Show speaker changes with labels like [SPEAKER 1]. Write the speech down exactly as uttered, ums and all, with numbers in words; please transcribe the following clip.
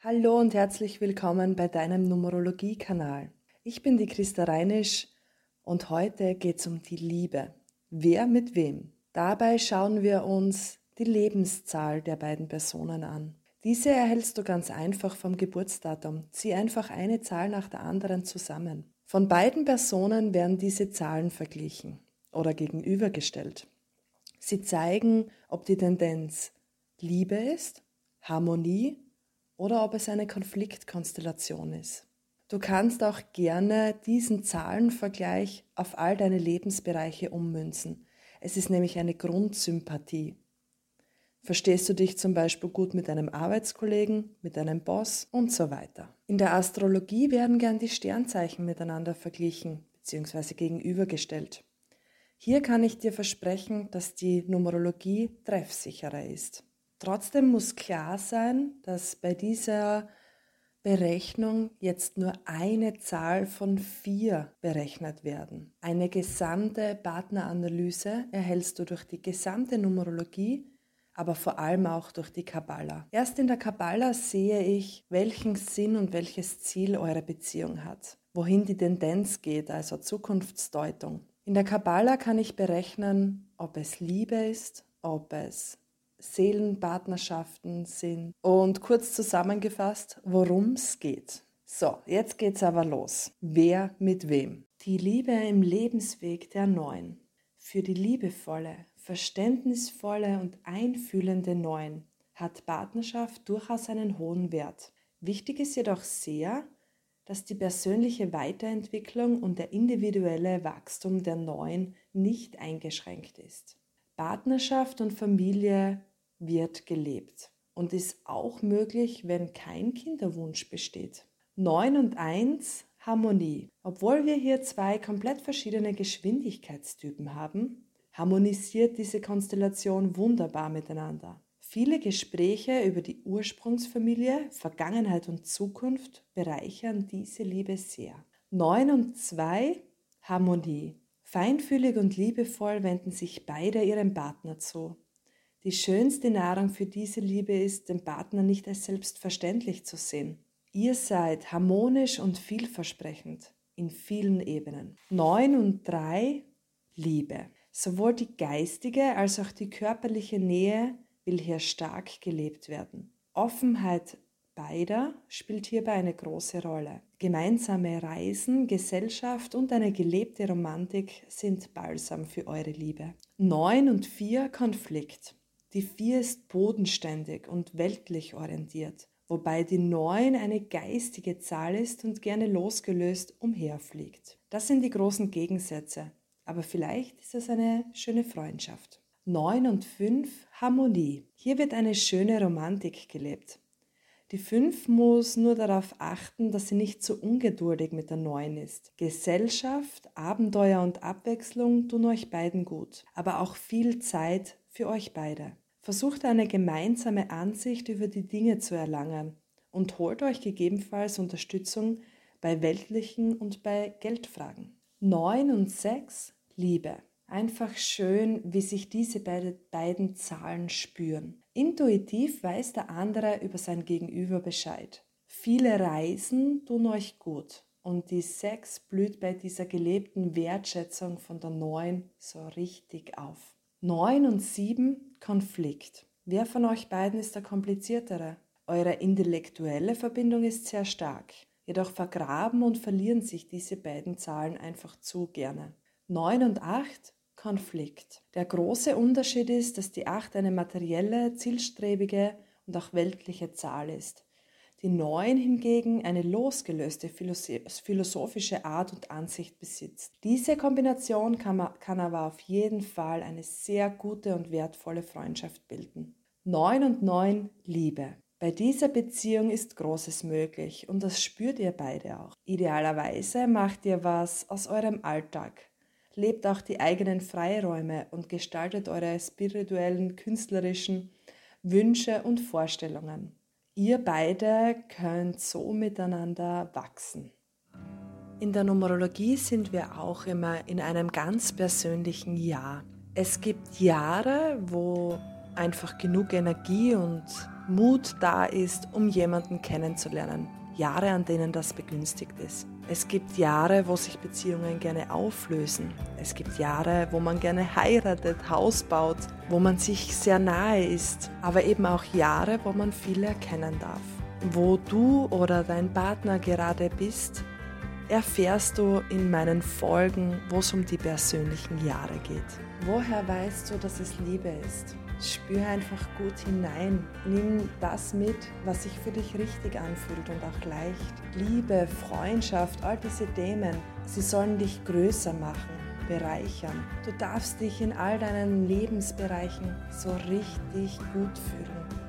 [SPEAKER 1] Hallo und herzlich willkommen bei deinem Numerologie-Kanal. Ich bin die Christa Reinisch und heute geht es um die Liebe. Wer mit wem? Dabei schauen wir uns die Lebenszahl der beiden Personen an. Diese erhältst du ganz einfach vom Geburtsdatum. Zieh einfach eine Zahl nach der anderen zusammen. Von beiden Personen werden diese Zahlen verglichen oder gegenübergestellt. Sie zeigen, ob die Tendenz Liebe ist, Harmonie oder ob es eine Konfliktkonstellation ist. Du kannst auch gerne diesen Zahlenvergleich auf all deine Lebensbereiche ummünzen. Es ist nämlich eine Grundsympathie. Verstehst du dich zum Beispiel gut mit einem Arbeitskollegen, mit einem Boss und so weiter. In der Astrologie werden gern die Sternzeichen miteinander verglichen bzw. gegenübergestellt. Hier kann ich dir versprechen, dass die Numerologie treffsicherer ist. Trotzdem muss klar sein, dass bei dieser Berechnung jetzt nur eine Zahl von vier berechnet werden. Eine gesamte Partneranalyse erhältst du durch die gesamte Numerologie, aber vor allem auch durch die Kabbala. Erst in der Kabbala sehe ich, welchen Sinn und welches Ziel eure Beziehung hat, wohin die Tendenz geht, also Zukunftsdeutung. In der Kabbala kann ich berechnen, ob es Liebe ist, ob es Seelenpartnerschaften sind und kurz zusammengefasst, worum es geht. So, jetzt geht's aber los. Wer mit wem? Die Liebe im Lebensweg der Neuen. Für die liebevolle, verständnisvolle und einfühlende Neuen hat Partnerschaft durchaus einen hohen Wert. Wichtig ist jedoch sehr, dass die persönliche Weiterentwicklung und der individuelle Wachstum der Neuen nicht eingeschränkt ist. Partnerschaft und Familie wird gelebt und ist auch möglich, wenn kein Kinderwunsch besteht. neun und eins, Harmonie. Obwohl wir hier zwei komplett verschiedene Geschwindigkeitstypen haben, harmonisiert diese Konstellation wunderbar miteinander. Viele Gespräche über die Ursprungsfamilie, Vergangenheit und Zukunft bereichern diese Liebe sehr. neun und zwei, Harmonie. Feinfühlig und liebevoll wenden sich beide ihrem Partner zu. Die schönste Nahrung für diese Liebe ist, den Partner nicht als selbstverständlich zu sehen. Ihr seid harmonisch und vielversprechend in vielen Ebenen. neun und drei, Liebe. Sowohl die geistige als auch die körperliche Nähe will hier stark gelebt werden. Offenheit beider spielt hierbei eine große Rolle. Gemeinsame Reisen, Gesellschaft und eine gelebte Romantik sind Balsam für eure Liebe. neun und vier, Konflikt. Die vier ist bodenständig und weltlich orientiert, wobei die neun eine geistige Zahl ist und gerne losgelöst umherfliegt. Das sind die großen Gegensätze, aber vielleicht ist es eine schöne Freundschaft. neun und fünf, Harmonie. Hier wird eine schöne Romantik gelebt. Die fünf muss nur darauf achten, dass sie nicht zu ungeduldig mit der neun ist. Gesellschaft, Abenteuer und Abwechslung tun euch beiden gut, aber auch viel Zeit für euch beide. Versucht eine gemeinsame Ansicht über die Dinge zu erlangen und holt euch gegebenenfalls Unterstützung bei weltlichen und bei Geldfragen. neun und sechs, Liebe. Einfach schön, wie sich diese beiden Zahlen spüren. Intuitiv weiß der andere über sein Gegenüber Bescheid. Viele Reisen tun euch gut und die sechs blüht bei dieser gelebten Wertschätzung von der neun so richtig auf. neun und sieben, Konflikt. Wer von euch beiden ist der kompliziertere? Eure intellektuelle Verbindung ist sehr stark, jedoch vergraben und verlieren sich diese beiden Zahlen einfach zu gerne. neun und acht, Konflikt. Der große Unterschied ist, dass die acht eine materielle, zielstrebige und auch weltliche Zahl ist. Die neun hingegen eine losgelöste philosophische Art und Ansicht besitzt. Diese Kombination kann, man, kann aber auf jeden Fall eine sehr gute und wertvolle Freundschaft bilden. neun und neun, Liebe. Bei dieser Beziehung ist Großes möglich und das spürt ihr beide auch. Idealerweise macht ihr was aus eurem Alltag. Lebt auch die eigenen Freiräume und gestaltet eure spirituellen, künstlerischen Wünsche und Vorstellungen. Ihr beide könnt so miteinander wachsen. In der Numerologie sind wir auch immer in einem ganz persönlichen Jahr. Es gibt Jahre, wo einfach genug Energie und Mut da ist, um jemanden kennenzulernen. Jahre, an denen das begünstigt ist. Es gibt Jahre, wo sich Beziehungen gerne auflösen. Es gibt Jahre, wo man gerne heiratet, Haus baut, wo man sich sehr nahe ist. Aber eben auch Jahre, wo man viel erkennen darf. Wo du oder dein Partner gerade bist, erfährst du in meinen Folgen, wo es um die persönlichen Jahre geht. Woher weißt du, dass es Liebe ist? Spür einfach gut hinein. Nimm das mit, was sich für dich richtig anfühlt und auch leicht. Liebe, Freundschaft, all diese Themen, sie sollen dich größer machen, bereichern. Du darfst dich in all deinen Lebensbereichen so richtig gut fühlen.